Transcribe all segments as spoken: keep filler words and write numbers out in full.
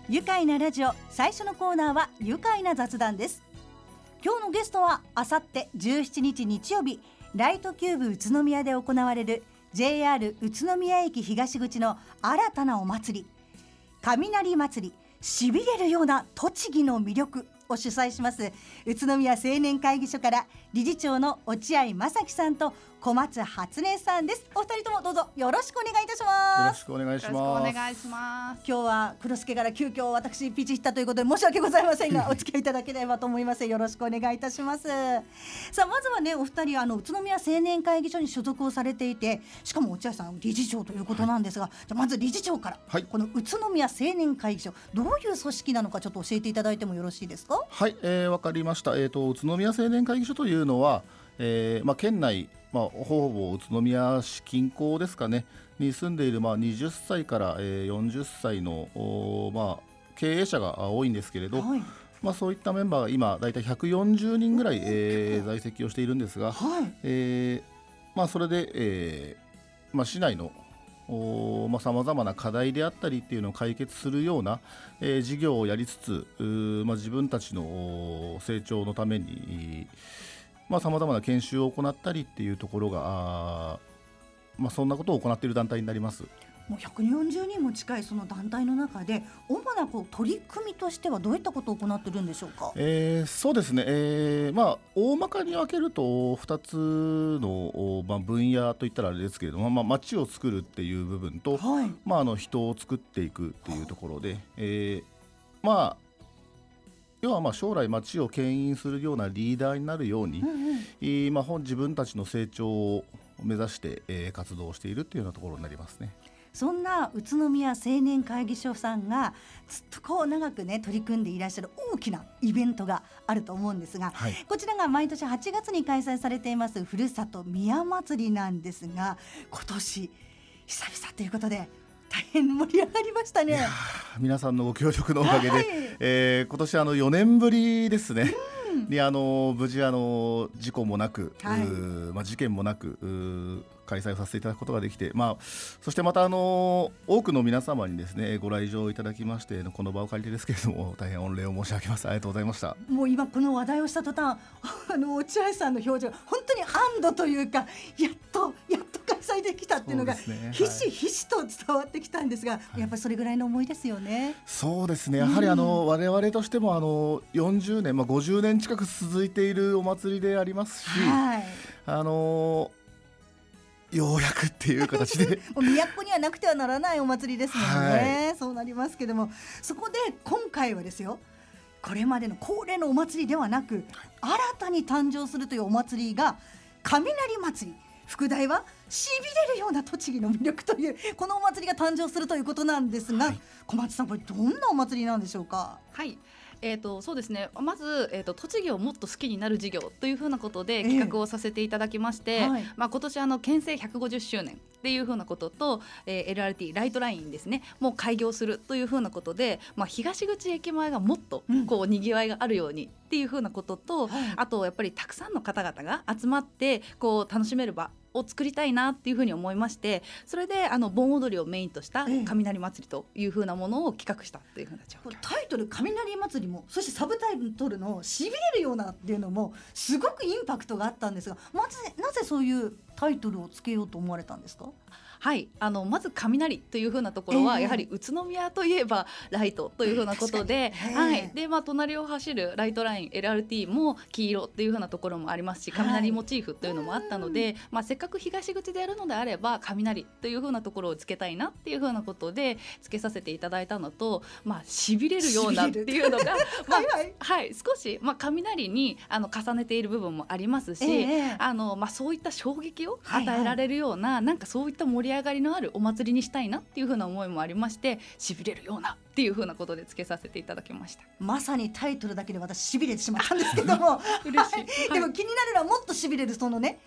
愉快なラジオ、最初のコーナーは愉快な雑談です。今日のゲストはあさってじゅうしちにち日曜日、ライトキューブ宇都宮で行われる ジェイアール 宇都宮駅東口の新たなお祭り、雷祭りしびれるような栃木の魅力を主催します宇都宮青年会議所から理事長の落合正樹さんと小松初音さんです。お二人ともどうぞよろしくお願いいたします。 よろしくお願いします。 よろしくお願いします。 今日は黒助から急遽私ピッチヒッターということで申し訳ございませんがお付き合いいただければと思います。よろしくお願いいたします。さあまずはね、お二人あの宇都宮青年会議所に所属をされていて、しかも落合さん理事長ということなんですが、はい、じゃあまず理事長から、はい、この宇都宮青年会議所どういう組織なのかちょっと教えていただいてもよろしいですか。 はい、えー、わかりました。えーと、宇都宮青年会議所というのは、えーまあ、県内、まあ、ほぼ宇都宮市近郊ですかねに住んでいる、まあ、はたちから、えー、よんじゅっさいの、まあ、経営者が多いんですけれど、はい、まあ、そういったメンバーが今だいたいひゃくよんじゅうにんぐらい、えー、在籍をしているんですが、はい、えーまあ、それで、えーまあ、市内のさまざまな課題であったりっていうのを解決するような、えー、事業をやりつつ、まあ、自分たちの成長のためにさまざ、まな研修を行ったりっていうところが、まあ、そんなことを行っている団体になります。 もうひゃくよんじゅうにんも近いその団体の中で主なこう取り組みとしてはどういったことを行っているんでしょうか。 えー、そうですね、えーまあ、大まかに分けるとふたつの、まあ、分野といったらあれですけれども、まあ、街を作るっていう部分と、はい、まあ、あの人を作っていくっていうところで、えー、まあ要はまあ将来街を牽引するようなリーダーになるように、うんうんえーまあ、自分たちの成長を目指して、えー、活動しているというようなところになりますね。 そんな宇都宮青年会議所さんがずっとこう長くね取り組んでいらっしゃる大きなイベントがあると思うんですが、はい、こちらが毎年はちがつに開催されていますふるさと宮祭りなんですが、今年久々ということで大変盛り上がりましたね。 皆さんのご協力のおかげで、はいえー、今年あのよねんぶりですね、うん、にあの無事あの事故もなく、はいまあ、事件もなく開催させていただくことができて、まあ、そしてまたあの多くの皆様にですねご来場いただきまして、この場を借りてですけれども大変御礼を申し上げます。ありがとうございました。 もう今この話題をした途端あの落合さんの表情本当に安堵というか、やっとやっと開催できたっていうのがひしひしと伝わってきたんですが、はい、やっぱりそれぐらいの思いですよね。 そうですね、やはりあの、うん、我々としてもあのよんじゅうねん、まあ、ごじゅうねん近く続いているお祭りでありますし、はい、あのようやくっていう形でもう都にはなくてはならないお祭りですもんね、はい、そうなりますけども、そこで今回はですよ、これまでの恒例のお祭りではなく、はい、新たに誕生するというお祭りが雷祭り、副題はしびれるような栃木の魅力というこのお祭りが誕生するということなんですが、はい、小松さんこれどんなお祭りなんでしょうか。 はい、えーと、そうですね、まず、えーと、栃木をもっと好きになる事業というふうなことで企画をさせていただきまして、えーはいまあ、今年あの県政ひゃくごじゅっしゅうねんっていうふうなことと、えー、エルアールティー ライトラインですねもう開業するというふうなことで、まあ、東口駅前がもっとこうにぎわいがあるようにっていうふうなことと、うん、あとやっぱりたくさんの方々が集まってこう楽しめる場を作りたいなっていうふうに思いまして、それであの盆踊りをメインとした雷祭りというふうなものを企画したっていうふうな状況。 タイトル雷祭りも、そしてサブタイトルのしびれるようなっていうのもすごくインパクトがあったんですが、まずなぜそういうタイトルをつけようと思われたんですか。 はい、あのまず雷という風なところは、えー、やはり宇都宮といえばライトという風なことで、はいでまあ、隣を走るライトライン エルアールティー も黄色っていう風なところもありますし、雷モチーフというのもあったので、はいまあ、せっかく東口でやるのであれば雷という風なところをつけたいなっていう風なことでつけさせていただいたのと、まあ、しびれるようなっていうのがまあはいはい、少し、まあ、雷にあの重ねている部分もありますし、えーあのまあ、そういった衝撃を与えられるような、はいはい、なんかそういった盛り上がりのあるお祭りにしたいなっていう風な思いもありまして、しびれるようなっていう風なことでつけさせていただきました。 まさにタイトルだけで私しびれてしまったんですけども嬉しい、はい、でも気になるのはもっとしびれるそのね、はい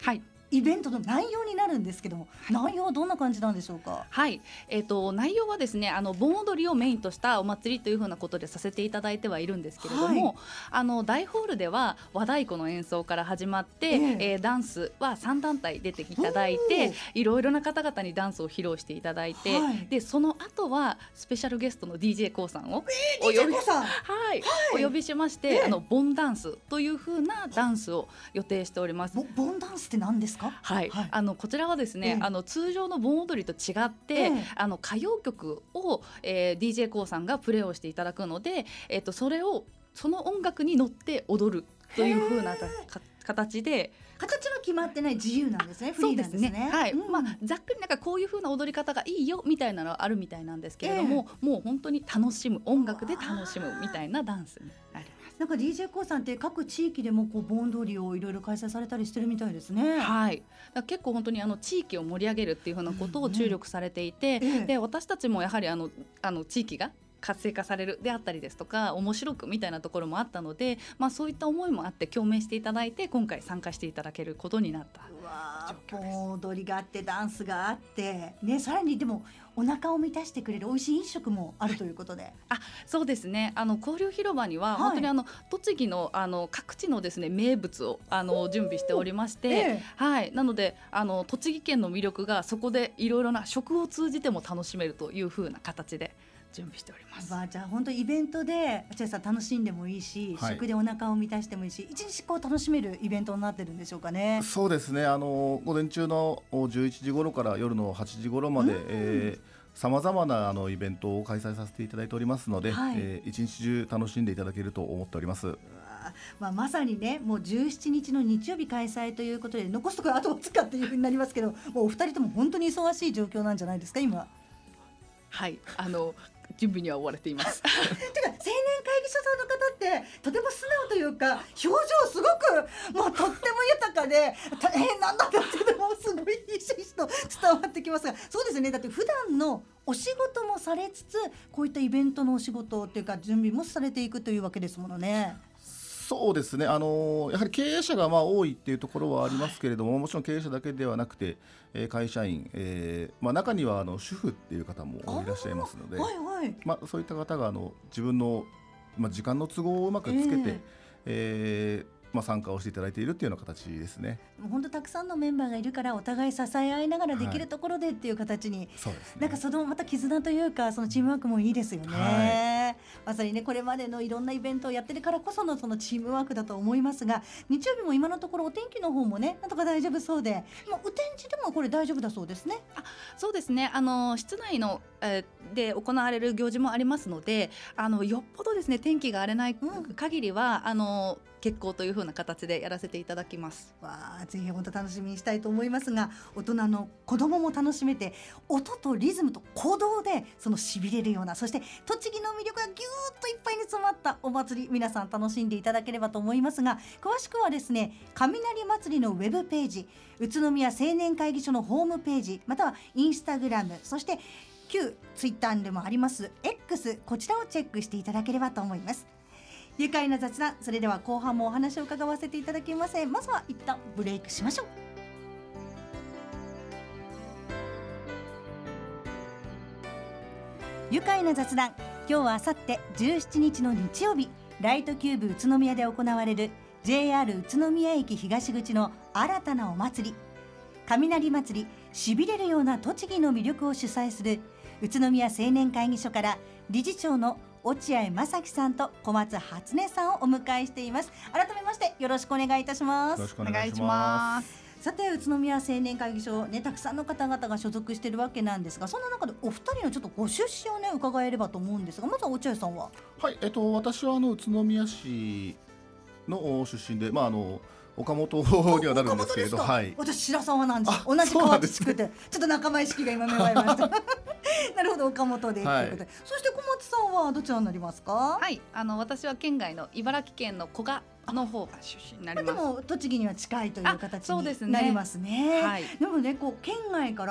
イベントの内容になるんですけども、内容はどんな感じなんでしょうか。 はい、えー、と内容はですね、あの盆踊りをメインとしたお祭りというふうなことでさせていただいてはいるんですけれども、はい、あの大ホールでは和太鼓の演奏から始まって、えーえー、ダンスはさん団体出ていただいて、いろいろな方々にダンスを披露していただいて、はい、でその後はスペシャルゲストの ディージェー コウさんをお呼び、 えー、ディージェー コウさん、 はい、はい、お呼びしまして、えー、あの盆ダンスというふうなダンスを予定しております。 盆ダンスって何ですか。 はい、はい、あのこちらはですね、えー、あの通常の盆踊りと違って、えー、あの歌謡曲を、えー、ディージェー コウさんがプレイをしていただくので、えー、とそれをその音楽に乗って踊るという風な形で、 形は決まってない、自由なんですね。フリーなんですね。 そうですね、はい、うん、まあ、ざっくりなんかこういう風な踊り方がいいよみたいなのはあるみたいなんですけれども、えー、もう本当に楽しむ、音楽で楽しむみたいなダンスになります。 なんか ディージェー コウさんって各地域でもこう盆踊りをいろいろ開催されたりしてるみたいですね。 はい、だ結構本当にあの地域を盛り上げるっていう風なことを注力されていて、うんうん、で私たちもやはりあのあの地域が活性化されるであったりですとか、面白くみたいなところもあったので、まあ、そういった思いもあって共鳴していただいて、今回参加していただけることになった状況です。 盆踊りがあってダンスがあって、ね、さらにでもお腹を満たしてくれる美味しい飲食もあるということで、 あ、そうですね、あの交流広場には本当にあの、はい、栃木の、あの各地のですね名物をあの準備しておりまして、ええ、はい、なのであの栃木県の魅力がそこでいろいろな食を通じても楽しめるという風な形で準備しております。 まあ、じゃあ本当イベントで落合さん楽しんでもいいし、はい、食でお腹を満たしてもいいし、一日こう楽しめるイベントになってるんでしょうかね。 そうですね、あの午前中のじゅういちじ頃から夜のはちじ頃まで、えーさまざまなあのイベントを開催させていただいておりますので、はい、えー、一日中楽しんでいただけると思っております。 まあ、まさにね、もうじゅうしちにちの日曜日開催ということで、残すところあとわずかっていうふうになりますけど、もうお二人とも本当に忙しい状況なんじゃないですか今。 はい、あの準備には追われていますてか青年会議所さんの方ってとても素直というか、表情すごくもうとっても豊かで大変なんだってでもすごいひしひしと伝わってきますが、そうですね、だって普段のお仕事もされつつ、こういったイベントのお仕事っていうか準備もされていくというわけですものね。 そうですね、あのやはり経営者がまあ多いっていうところはありますけれども、はい、もちろん経営者だけではなくて、えー、会社員、えーまあ、中にはあの主婦っていう方もいらっしゃいますので、はいはい、まあ、そういった方があの自分の、まあ、時間の都合をうまくつけて、えーえーまあ、参加をしていただいているっていうような形ですね。 もう本当たくさんのメンバーがいるから、お互い支え合いながらできるところでっていう形に、はい、そうですね、なんかそのまた絆というか、そのチームワークもいいですよね。はい、まさにね、これまでのいろんなイベントをやってるからこそのそのチームワークだと思いますが、日曜日も今のところお天気の方もね、なんとか大丈夫そうで、まあ、お天気でもこれ大丈夫だそうですね。 あ、そうですね、あの室内の、えー、で行われる行事もありますので、あのよっぽどですね天気が荒れない限りは、うん、あの結構という風な形でやらせていただきます。 わあ、ぜひ本当楽しみにしたいと思いますが、大人の子供も楽しめて、音とリズムと鼓動でそのしびれるような、そして栃木の魅力がぎゅーっといっぱいに詰まったお祭り、皆さん楽しんでいただければと思いますが、詳しくはですね、雷祭りのウェブページ、宇都宮青年会議所のホームページ、またはインスタグラム、そして旧ツイッターでもあります X、 こちらをチェックしていただければと思います。愉快な雑談、それでは後半もお話を伺わせていただきません。まずは一旦ブレイクしましょう。愉快な雑談、今日はあさってじゅうしちにちの日曜日、ライトキューブ宇都宮で行われる ジェイアール 宇都宮駅東口の新たなお祭り、雷祭り、しびれるような栃木の魅力を主催する宇都宮青年会議所から理事長の落合正樹さんと小松初音さんをお迎えしています。改めましてよろしくお願いいたします。 よろしくお願いします。 さて、宇都宮青年会議所、ね、たくさんの方々が所属しているわけなんですが、そんな中でお二人のちょっとご出身をね伺えればと思うんですが、まずは落合さんは。 はい、えっと、私はあの宇都宮市の出身で、まああの岡本にはなるんですけれど、はい、 私白沢なんです。同じ川地区で、ね、ちょっと仲間意識が今芽生えましたなるほど、岡本で、はい、ということで、そして小松さんはどちらになりますか。 はい、あの私は県外の茨城県の古河の方が出身になります。 でも栃木には近いという形になりますね。はい、でもね、こう県外から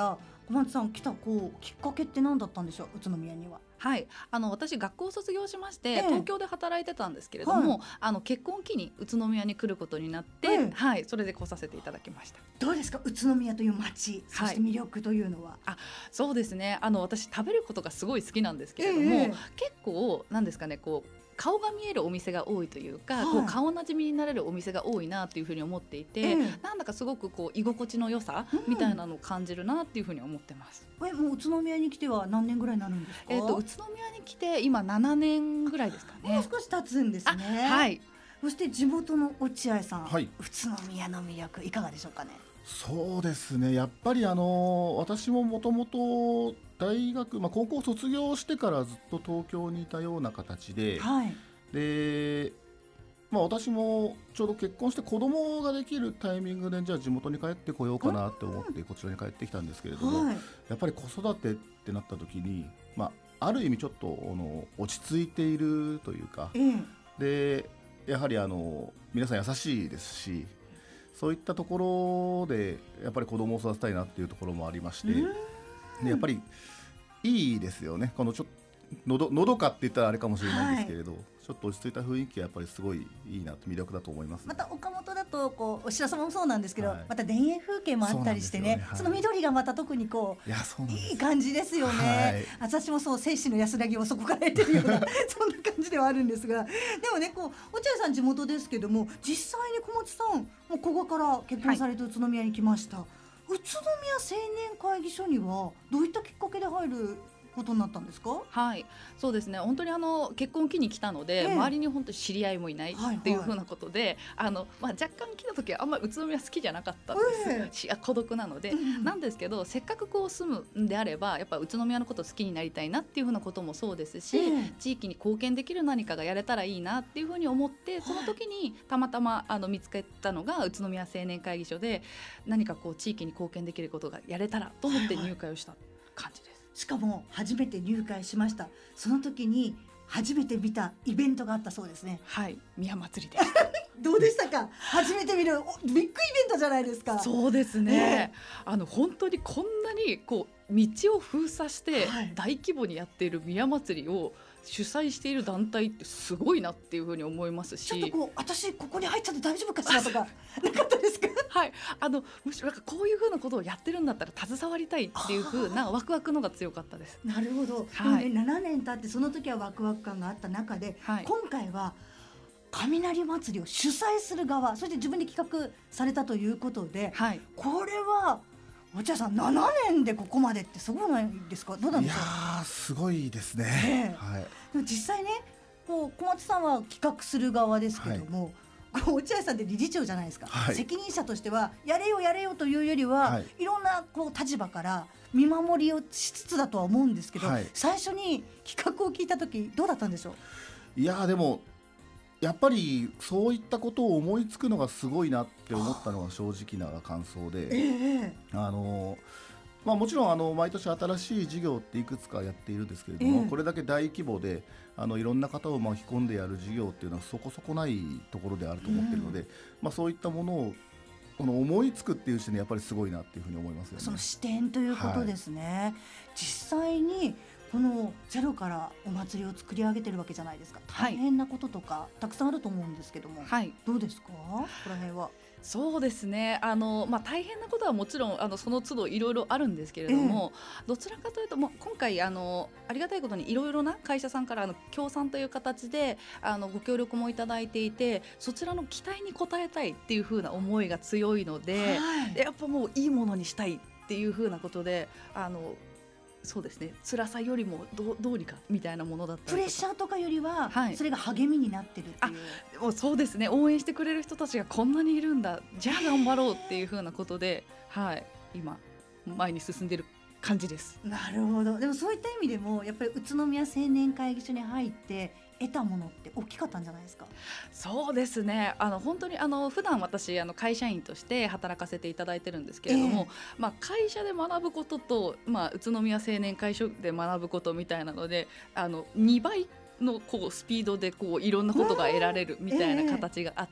小松さん来たこうきっかけって何だったんでしょう、宇都宮には。 はい、あの私学校を卒業しまして、 ええ東京で働いてたんですけれども、 はいあの結婚を機に宇都宮に来ることになって、 ええはい、それで来させていただきました。 どうですか、宇都宮という街、そして魅力というのは。 そうですね、あの私食べることがすごい好きなんですけれども、 ええ結構なんですかね、こう顔が見えるお店が多いというか、 はいこう顔なじみになれるお店が多いなっていうふうに思っていて、 ええなんだかすごくこう居心地の良さうんみたいなのを感じるなっていうふうに思ってます。 えもう宇都宮に来ては何年ぐらいになるんですか。 えっ、と宇都宮に来て今ななねんぐらいですかもうね。 少し経つんですあ、 ね。 はい。 そして地元の落合さん、 はい宇都宮の魅力いかがでしょうかね。 そうですね、やっぱりあの私ももともと大学、まあ、高校卒業してからずっと東京にいたような形で、 はい。 で、まあ、私もちょうど結婚して子供ができるタイミングでじゃあ地元に帰ってこようかなって思ってこちらに帰ってきたんですけれども、 はい。 やっぱり子育てってなった時に、まあ、ある意味ちょっとあの落ち着いているというか、 ええでやはりあの皆さん優しいですし、そういったところでやっぱり子供を育てたいなっていうところもありまして、 うんでやっぱりいいですよね、このちょっとのどのどかって言ったらあれかもしれないんですけれど、ちょっと落ち着いた雰囲気はやっぱりすごいいいなと魅力だと思いますね。 また岡本だとこうお白様もそうなんですけど、 はいまた田園風景もあったりしてね、 そうなんですよねはいその緑がまた特にこういやそうなんですいい感じですよね、私もそう精子の安らぎをそこから得てるようなそんな感じではあるんですが、でもねこう落合さん地元ですけども、実際に小松さんもうここから結婚されて宇都宮に来ました、宇都宮青年会議所にはどういったきっかけで入ることになったんですか。 はい、そうですね、本当にあの結婚を機に来たので、 ええ周りに本当に知り合いもいないはいはいっていうふうなことで、あのまあ、若干来た時はあんまり宇都宮好きじゃなかったんです、 ええしあ孤独なので、 うんなんですけどせっかくこう住むんであればやっぱ宇都宮のこと好きになりたいなっていうふうなこともそうですし、 ええ地域に貢献できる何かがやれたらいいなっていうふうに思って、その時にたまたまあの見つけたのが宇都宮青年会議所で、何かこう地域に貢献できることがやれたらと思って入会をした感じです。 しかも初めて入会しました。その時に初めて見たイベントがあったそうですね。 はい、宮祭りでしたどうでしたか。初めて見るおビッグイベントじゃないですか。 そうですね、あの本当にこんなにこう道を封鎖してはい大規模にやっている宮祭りを主催している団体ってすごいなっていうふうに思いますし、 ちょっとこう私ここに入っちゃって大丈夫かしらとかなかったですか。 はい、あのむしろなんかこういうふうなことをやってるんだったら携わりたいっていうふうなワクワクのが強かったです。 なるほど、 はいでもね、ななねん経ってその時はワクワク感があった中で、 はい今回は雷祭りを主催する側、そして自分で企画されたということで、 はい、 これは落合さんななねんでここまでってすごくないですか。どうなんいやですか。 ーすごいですね、 ええはい、 でも実際ねこう小松さんは企画する側ですけども、こう落合さんって理事長じゃないですか、 はい責任者としてはやれよやれよというよりは、 はい、 いろんなこう立場から見守りをしつつだとは思うんですけど、 はい最初に企画を聞いた時どうだったんでしょう。 いやーでもやっぱりそういったことを思いつくのがすごいなって思ったのが正直な感想で、 ええあのまあ、もちろんあの毎年新しい事業っていくつかやっているんですけれども、 ええこれだけ大規模であのいろんな方を巻き込んでやる事業っていうのはそこそこないところであると思っているので、まあ、そういったものをこの思いつくっていう時点でやっぱりすごいなっていうふうに思いますよね。 その視点ということですね、実際にこのゼロからお祭りを作り上げてるわけじゃないですか。 はい大変なこととかたくさんあると思うんですけども、 はい、 どうですかここら辺は。 そうですね、あの、まあ、大変なことはもちろんあのその都度いろいろあるんですけれども、どちらかというともう今回あのありがたいことにいろいろな会社さんからあの協賛という形であのご協力もいただいていて、そちらの期待に応えたいっていう風な思いが強いので、 はいでやっぱもういいものにしたいっていう風なことで、あのそうですね、辛さよりもどうどうにかみたいなものだったプりとか。 レッシャーとかよりは、 はいそれが励みになってるっていう。 でもそうですね、応援してくれる人たちがこんなにいるんだ、じゃあ頑張ろうっていう風なことで、はい、今前に進んでる感じです。 なるほど。でもそういった意味でもやっぱり宇都宮青年会議所に入って得たものって大きかったんじゃないですか。 そうですね、あの本当にあの普段私あの会社員として働かせていただいてるんですけれども、まあ、会社で学ぶことと、まあ、宇都宮青年会所で学ぶことみたいなので、あのにばいのこうスピードでこういろんなことが得られるみたいな形があって、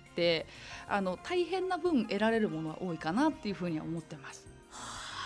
あの大変な分得られるものは多いかなっていうふうには思ってます。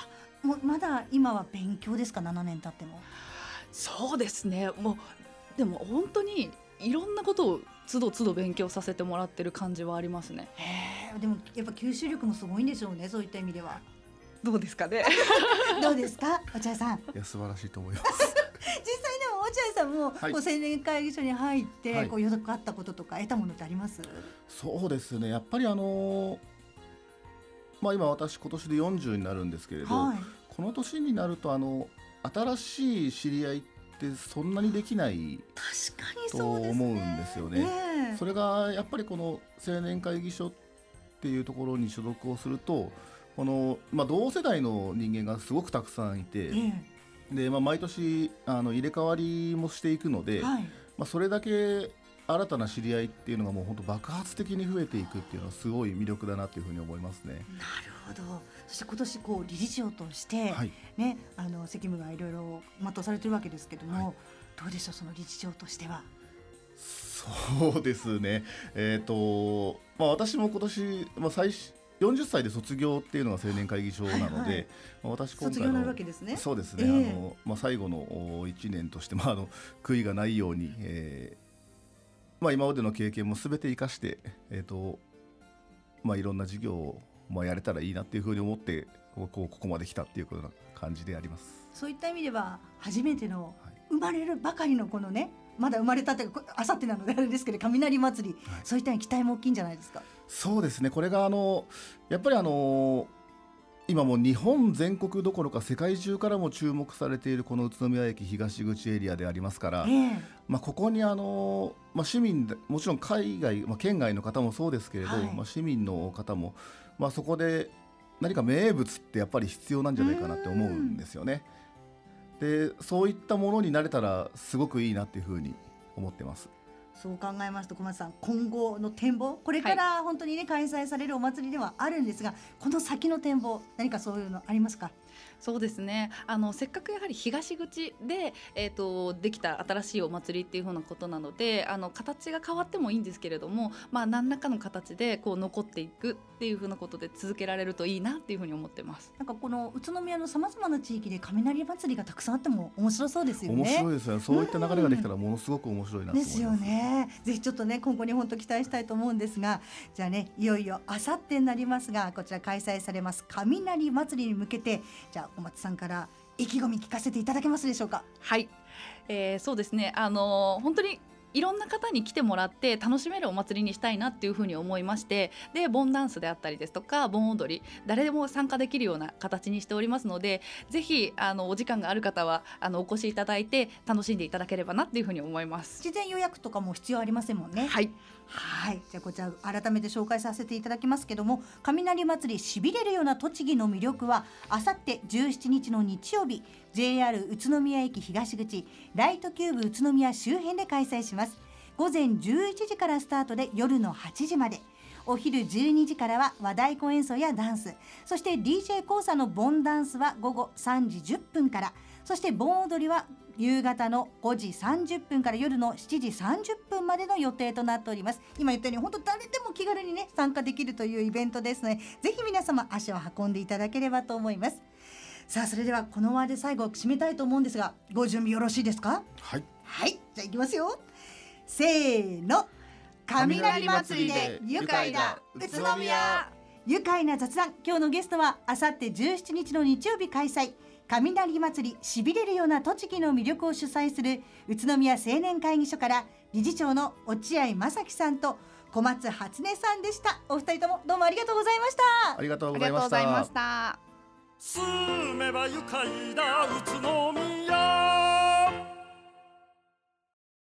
もうまだ今は勉強ですか？ななねん経っても。 そうですね、もうでも本当にいろんなことを都度都度勉強させてもらってる感じはありますね。 へえ、でもやっぱ吸収力もすごいんでしょうね、そういった意味では。 どうですかねどうですか落合さん。 いや素晴らしいと思います実際でも落合さんも、 はい、 こう青年会議所に入って、 はい、 こうよくあったこととか得たものってあります？ そうですね、やっぱりあのーまあ、今私今年でよんじゅうになるんですけれど、はい、この年になるとあの新しい知り合いってそんなにできないと思うんですよね。 えー、 それがやっぱりこの青年会議所っていうところに所属をするとこの、まあ、同世代の人間がすごくたくさんいて、えーでまあ、毎年あの入れ替わりもしていくので、はい、まあ、それだけ新たな知り合いっていうのがもう本当爆発的に増えていくっていうのはすごい魅力だなというふうに思いますね。 なるほど。そして今年こう理事長として、はい、ね、あの責務がいろいろ全うされてるわけですけども、はい、どうでしょう、その理事長としては。 そうですね、えーとまあ、私も今年、まあ、最初よんじゅっさいで卒業っていうのが青年会議所なので、はいはい、まあ、私今回の卒業なるわけですね。 そうですね、えーあのまあ、最後のいちねんとして、まあ、あの悔いがないように、えーまあ、今までの経験もすべて生かして、えーとまあ、いろんな事業を、まあ、やれたらいいなっていうふうに思ってこうここまで来たっていうような感じであります。 そういった意味では初めての生まれるばかりのこのね、まだ生まれたてあさってなのであれですけど雷祭り、はい、そういった期待も大きいんじゃないですか？ そうですね、これがあのやっぱりあの今もう日本全国どころか世界中からも注目されているこの宇都宮駅東口エリアでありますから、えーまあ、ここにあの、まあ、市民もちろん海外、まあ、県外の方もそうですけれど、はい、まあ、市民の方も、まあ、そこで何か名物ってやっぱり必要なんじゃないかなって思うんですよね。でそういったものになれたらすごくいいなっていうふうに思ってます。 そう考えますと小松さん、今後の展望、これから本当にね、はい、開催されるお祭りではあるんですが、この先の展望何かそういうのありますか？ そうですね、あのせっかくやはり東口で、えー、とできた新しいお祭りっていう風なことなので、あの形が変わってもいいんですけれども、まあ、何らかの形でこう残っていくっていう風なことで続けられるといいなっていう風に思ってます。 なんかこの宇都宮のさまざまな地域で雷祭りがたくさんあっても面白そうですよね。 面白いですね。そういった流れができたらものすごく面白いなと思います。 ですよね。ぜひちょっとね今後に本当期待したいと思うんですが、じゃあねいよいよあさってになりますが、こちら開催されます雷祭りに向けて、じゃあ小松さんから意気込み聞かせていただけますでしょうか？ はい、えー、そうですね、あのー、本当にいろんな方に来てもらって楽しめるお祭りにしたいなっていうふうに思いまして、で盆ダンスであったりですとか盆踊り、誰でも参加できるような形にしておりますので、ぜひあのお時間がある方はあのお越しいただいて楽しんでいただければなっていうふうに思います。 事前予約とかも必要ありませんもんね。 はいはい、じゃあこちら改めて紹介させていただきますけども、雷祭りしびれるような栃木の魅力はあさってじゅうしちにちの日曜日 ジェイアール 宇都宮駅東口ライトキューブ宇都宮周辺で開催します。午前じゅういちじからスタートで夜のはちじまで、お昼じゅうにじからは和太鼓演奏やダンス、そして ディージェー コーサの盆ダンスは午後さんじじゅっぷんから、そして盆踊りは夕方のごじさんじゅっぷんから夜のしちじさんじゅっぷんまでの予定となっております。今言ったように本当誰でも気軽にね参加できるというイベントですので、ぜひ皆様足を運んでいただければと思います。さあそれではこのワードで最後締めたいと思うんですが、ご準備よろしいですか？ はい、 はい、じゃあいきますよ。せーの、雷祭りで愉快な宇都宮。愉快な雑談、今日のゲストはあさってじゅうしちにちの日曜日開催、雷祭りしびれるような栃木の魅力を主催する宇都宮青年会議所から理事長の落合正樹さんと小松初音さんでした。お二人ともどうもありがとうございました。 ありがとうございました。 した。 住めば愉快な宇都宮。